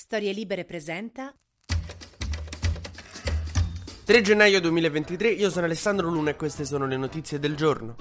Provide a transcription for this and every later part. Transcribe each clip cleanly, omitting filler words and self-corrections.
Storie Libere presenta 3 gennaio 2023, io sono Alessandro Luna e queste sono le notizie del giorno.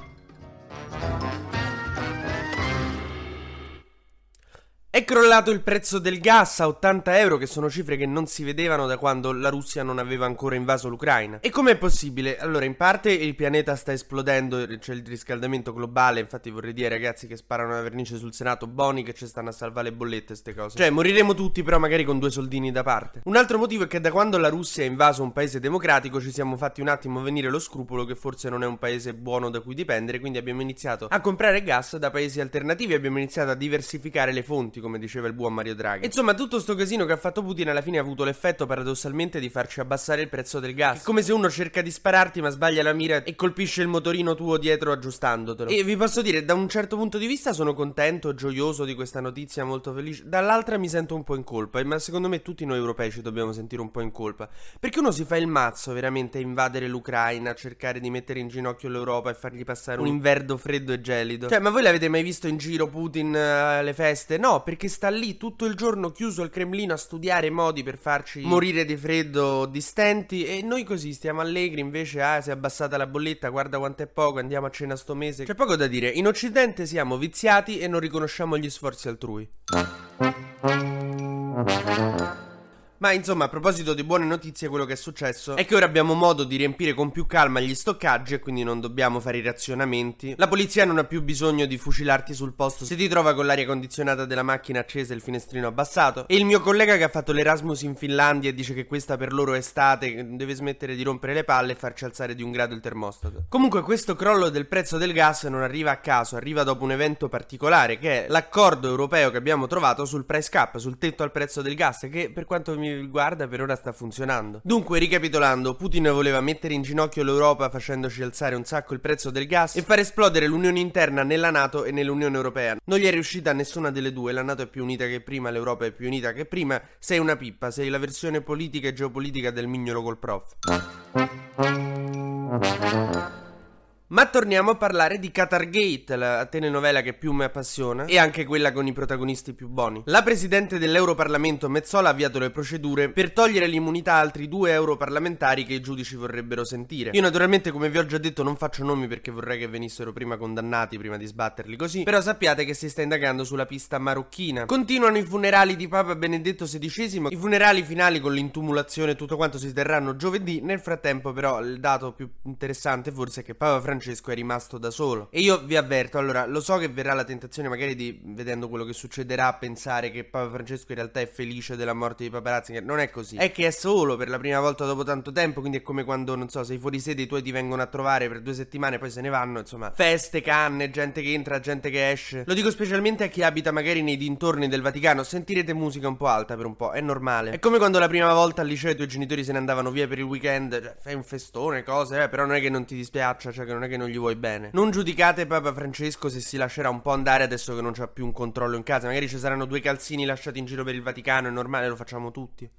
È crollato il prezzo del gas a 80 euro, che sono cifre che non si vedevano da quando la Russia non aveva ancora invaso l'Ucraina. E com'è possibile? Allora, in parte il pianeta sta esplodendo, c'è il riscaldamento globale, infatti vorrei dire ai ragazzi che sparano la vernice sul Senato, buoni che ci stanno a salvare le bollette, ste cose. Cioè, moriremo tutti, però magari con 2 soldini da parte. Un altro motivo è che da quando la Russia ha invaso un paese democratico ci siamo fatti un attimo venire lo scrupolo che forse non è un paese buono da cui dipendere, quindi abbiamo iniziato a comprare gas da paesi alternativi, abbiamo iniziato a diversificare le fonti, come diceva il buon Mario Draghi. Insomma, tutto sto casino che ha fatto Putin alla fine ha avuto l'effetto paradossalmente di farci abbassare il prezzo del gas. È come se uno cerca di spararti ma sbaglia la mira e colpisce il motorino tuo dietro aggiustandotelo. E vi posso dire, da un certo punto di vista sono contento, gioioso di questa notizia, molto felice. Dall'altra mi sento un po' in colpa, ma secondo me tutti noi europei ci dobbiamo sentire un po' in colpa, perché uno si fa il mazzo veramente a invadere l'Ucraina, a cercare di mettere in ginocchio l'Europa e fargli passare un inverno freddo e gelido. Cioè, ma voi l'avete mai visto in giro Putin alle feste? No, perché sta lì tutto il giorno chiuso al Cremlino a studiare modi per farci morire di freddo di stenti, e noi così stiamo allegri invece. Si è abbassata la bolletta, guarda quanto è poco, andiamo a cena sto mese. C'è poco da dire, in Occidente siamo viziati e non riconosciamo gli sforzi altrui. Ma insomma, a proposito di buone notizie, quello che è successo è che ora abbiamo modo di riempire con più calma gli stoccaggi e quindi non dobbiamo fare i razionamenti. La polizia non ha più bisogno di fucilarti sul posto se ti trova con l'aria condizionata della macchina accesa e il finestrino abbassato. E il mio collega che ha fatto l'Erasmus in Finlandia e dice che questa per loro è estate, deve smettere di rompere le palle e farci alzare di 1 grado il termostato. Comunque questo crollo del prezzo del gas non arriva a caso, arriva dopo un evento particolare, che è l'accordo europeo che abbiamo trovato sul price cap, sul tetto al prezzo del gas, che per quanto mi riguarda per ora sta funzionando. Dunque, ricapitolando, Putin voleva mettere in ginocchio l'Europa facendoci alzare un sacco il prezzo del gas e far esplodere l'unione interna nella NATO e nell'Unione Europea. Non gli è riuscita nessuna delle due, la NATO è più unita che prima, l'Europa è più unita che prima. Sei una pippa, sei la versione politica e geopolitica del mignolo col prof. Ma torniamo a parlare di Qatargate, la telenovela che più mi appassiona e anche quella con i protagonisti più buoni. La presidente dell'Europarlamento Metsola ha avviato le procedure per togliere l'immunità a altri 2 europarlamentari che i giudici vorrebbero sentire. Io naturalmente, come vi ho già detto, non faccio nomi perché vorrei che venissero prima condannati prima di sbatterli così, però sappiate che si sta indagando sulla pista marocchina. Continuano i funerali di Papa Benedetto XVI, i funerali finali con l'intumulazione e tutto quanto si terranno giovedì. Nel frattempo però il dato più interessante forse è che Papa Francesco è rimasto da solo. E io vi avverto, allora, lo so che verrà la tentazione magari di, vedendo quello che succederà, pensare che Papa Francesco in realtà è felice della morte di Papa Ratzinger. Non è così, è che è solo per la prima volta dopo tanto tempo, quindi è come quando, non so, sei fuori sede, i tuoi ti vengono a trovare per 2 settimane, poi se ne vanno, insomma, feste, canne, gente che entra, gente che esce. Lo dico specialmente a chi abita magari nei dintorni del Vaticano, sentirete musica un po' alta per un po', è normale. È come quando la prima volta al liceo i tuoi genitori se ne andavano via per il weekend, cioè fai un festone, cose, però non è che non ti dispiaccia, cioè che non è che non gli vuoi bene. Non giudicate Papa Francesco se si lascerà un po' andare adesso che non c'ha più un controllo in casa. Magari ci saranno 2 calzini lasciati in giro per il Vaticano, è normale, lo facciamo tutti.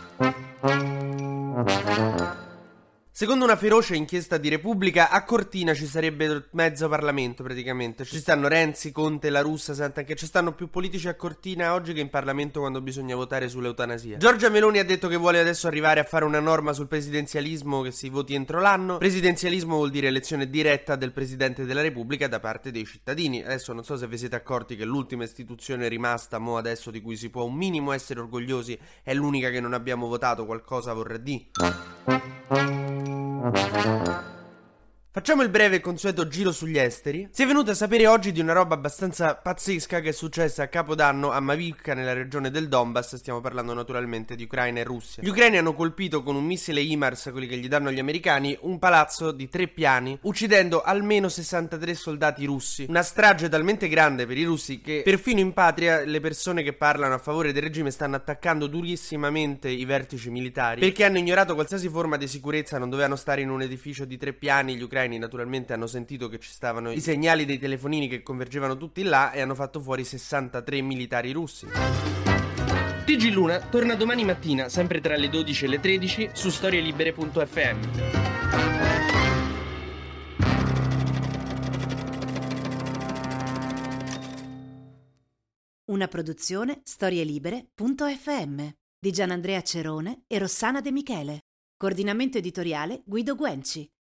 Secondo una feroce inchiesta di Repubblica, a Cortina ci sarebbe mezzo Parlamento praticamente. Ci stanno Renzi, Conte, La Russa, Santanchè. Ci stanno più politici a Cortina oggi che in Parlamento quando bisogna votare sull'eutanasia. Giorgia Meloni ha detto che vuole adesso arrivare a fare una norma sul presidenzialismo, che si voti entro l'anno. Presidenzialismo vuol dire elezione diretta del Presidente della Repubblica da parte dei cittadini. Adesso non so se vi siete accorti che l'ultima istituzione rimasta mo adesso di cui si può un minimo essere orgogliosi è l'unica che non abbiamo votato, qualcosa vorrà dire. Facciamo il breve e consueto giro sugli esteri. Si è venuto a sapere oggi di una roba abbastanza pazzesca che è successa a Capodanno a Mavivka nella regione del Donbass. Stiamo parlando naturalmente di Ucraina e Russia. Gli ucraini hanno colpito con un missile HIMARS, quelli che gli danno gli americani, un palazzo di 3 piani, uccidendo almeno 63 soldati russi. Una strage talmente grande per i russi che perfino in patria le persone che parlano a favore del regime stanno attaccando durissimamente i vertici militari perché hanno ignorato qualsiasi forma di sicurezza. Non dovevano stare in un edificio di 3 piani. Gli ucraini naturalmente hanno sentito che ci stavano i segnali dei telefonini che convergevano tutti là e hanno fatto fuori 63 militari russi. TG Luna torna domani mattina, sempre tra le 12 e le 13, su storielibere.fm. Una produzione storielibere.fm di Gianandrea Cerone e Rossana De Michele. Coordinamento editoriale Guido Guenci.